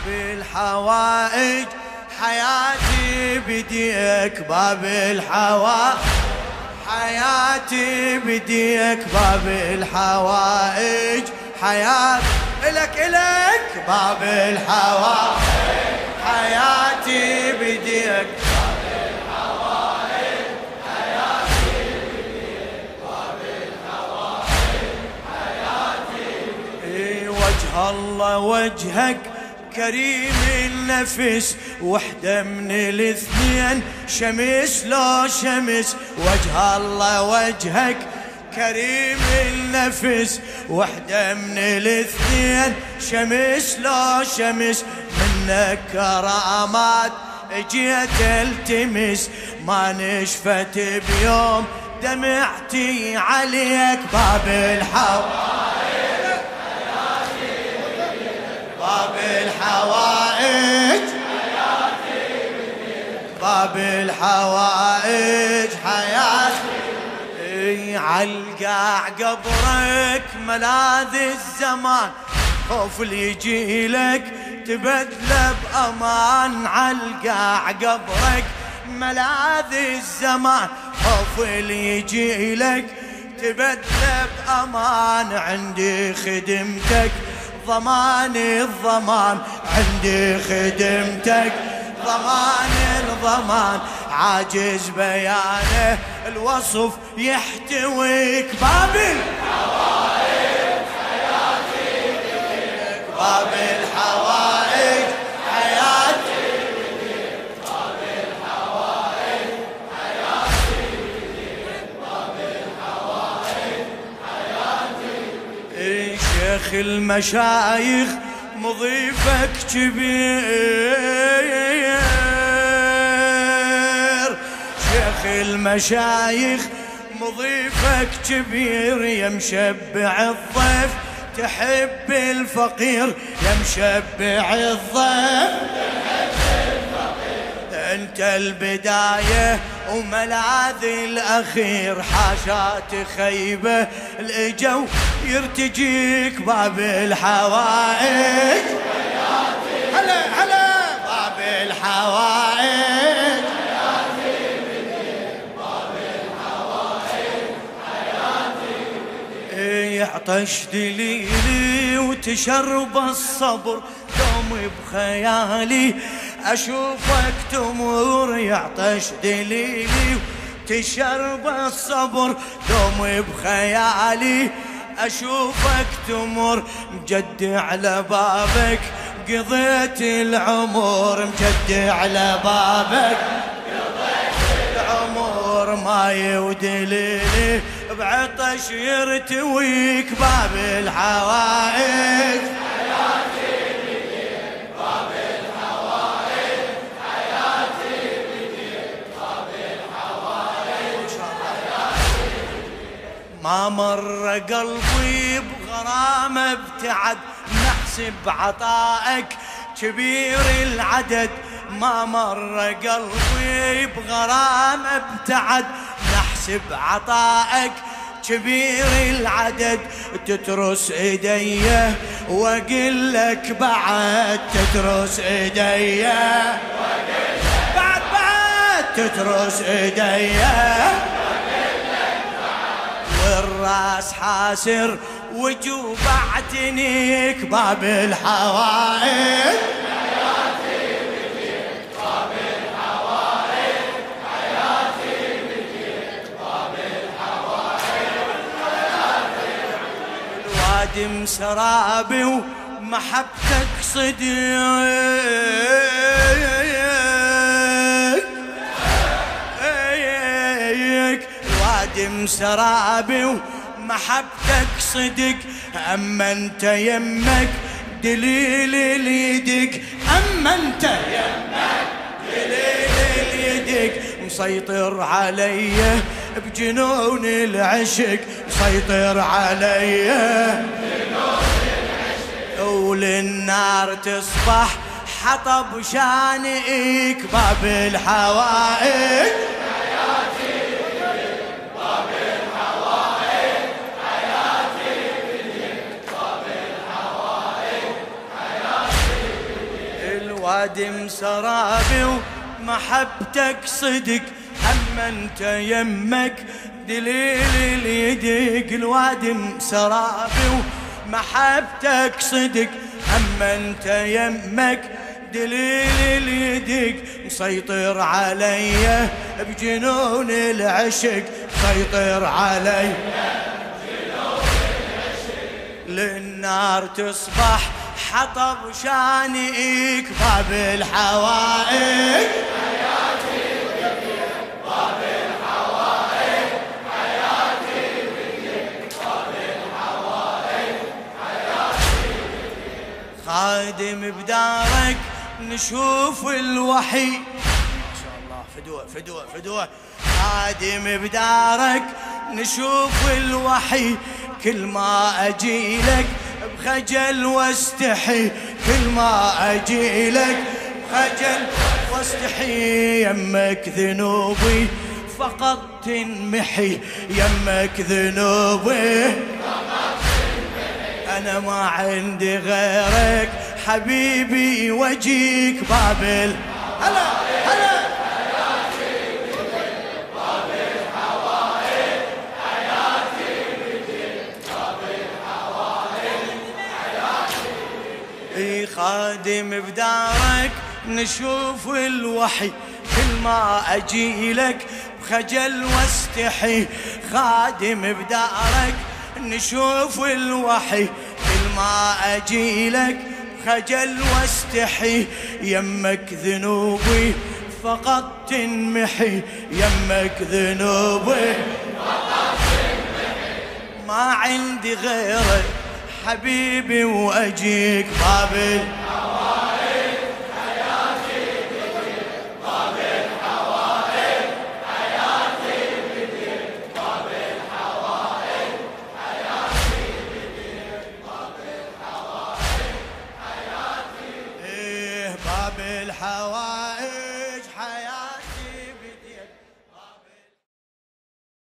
باب الحوائج حياتي بديك، باب الحوائج حياتي بديك، باب الحوائج حياتي إلك باب الحوائج حياتي بديك، باب الحوائج حياتي بديك، باب الحوائج حياتي بديك. وجه الله وجهك كريم النفس، وحدة من الاثنين شمس لو شمس. وجه الله وجهك كريم النفس، وحدة من الاثنين شمس لو شمس. منك كرامات اجيت التمس، ما نشفت بيوم دمعتي عليك. باب الحوائج باب الحوائج باب الحوائج حياتي. علقاع قبرك ملاذ الزمان، خوف اللي يجي لك تبدله بأمان. علقاع قبرك ملاذ الزمان، خوف اللي يجي لك تبدله بأمان. عندي خدمتك ضمان الضمان، عندي خدمتك ضمان الضمان. عاجز بيانه الوصف يحتويك. باب الحوائج حياتي بديك، باب الحوائج حياتي بديك، باب الحوائج حياتي بديك، باب الحوائج حياتي بديك. شيخ المشايخ مضيفك كبير، شيخ المشايخ مضيفك كبير. يا مشبع الضيف تحب الفقير، يا مشبع الضيف تحب الفقير. انت البداية وملاذ الأخير، حاشا تخيبه الإجو يرتجيك. باب الحوائج هلا هلا باب الحوائج حياتي بديك، باب الحوائج حياتي بديك. يعطش دليلي وتشرب الصبر، دوم بخيالي أشوفك تمر. يعطش دليلي وتشرب الصبر، دوم بخيالي أشوفك تمر. مجدي على بابك قضيت العمر، مجدي على بابك قضيت العمر. ماي ودليلي بعطش يرتويك. باب الحوائج حياتي بديك، باب الحوائج حياتي بديك، باب الحوائج حياتي بديك. ما مر قلبي بغرام ابتعد، نحسب عطائك كبير العدد. ما مر قلبي بغرام ابتعد، نحسب عطائك كبير العدد. تترس ايديه واقول لك بعد، تترس ايديه بعد تترس ايديه، والراس حاسر وجوب اعتنيك. باب الحوائج حياتي بديك، باب الحوائج حياتي بديك، باب الحوائج حياتي بديك. الوادي مسرابي ومحبتك صديق، الوادي مسرابي محبتك صدق. أما انت يمك دليل اليدك، أما انت يمك دليل اليدك. مسيطر علي بجنون العشق، مسيطر علي بجنون العشق. وللنار تصبح حطب شانئك. باب الحوائج خادم سرابي ومحبتك صدق، أما انت يمك دليل اليدك. الوادم سرابي ومحبتك صدق، أما انت يمك دليل اليدك. مسيطر علي بجنون العشق، مسيطر علي بجنون العشق. للنار تصبح حطب شانئك، باب الحوائج حياتي بديك، باب الحوائج حياتي بديك، باب الحوائج حياتي بديك. خادم بدارك نشوف الوحي، ما شاء الله فدوة فدوة فدوة. خادم بدارك نشوف الوحي، كل ما أجيلك بخجل واستحي، كل ما أجيلك بخجل واستحي. يمك ذنوبي فقط تنمحي، يمك ذنوبي فقط تنمحي. أنا ما عندي غيرك حبيبي وجيك، بابل هلا هلا خادم بدارك نشوف الوحي، كل ما أجيلك بخجل واستحي. خادم بدارك نشوف الوحي، كل ما أجيلك بخجل واستحي. يمك ذنوبي فقط تنمحي، يمك ذنوبي فقط تنمحي. ما عندي غيرك حبيبي وأجيك، باب الحوائج حياتي بديك، باب الحوائج حياتي بديك، باب الحوائج حياتي بديك، باب الحوائج حياتي بديك. باب الحوائج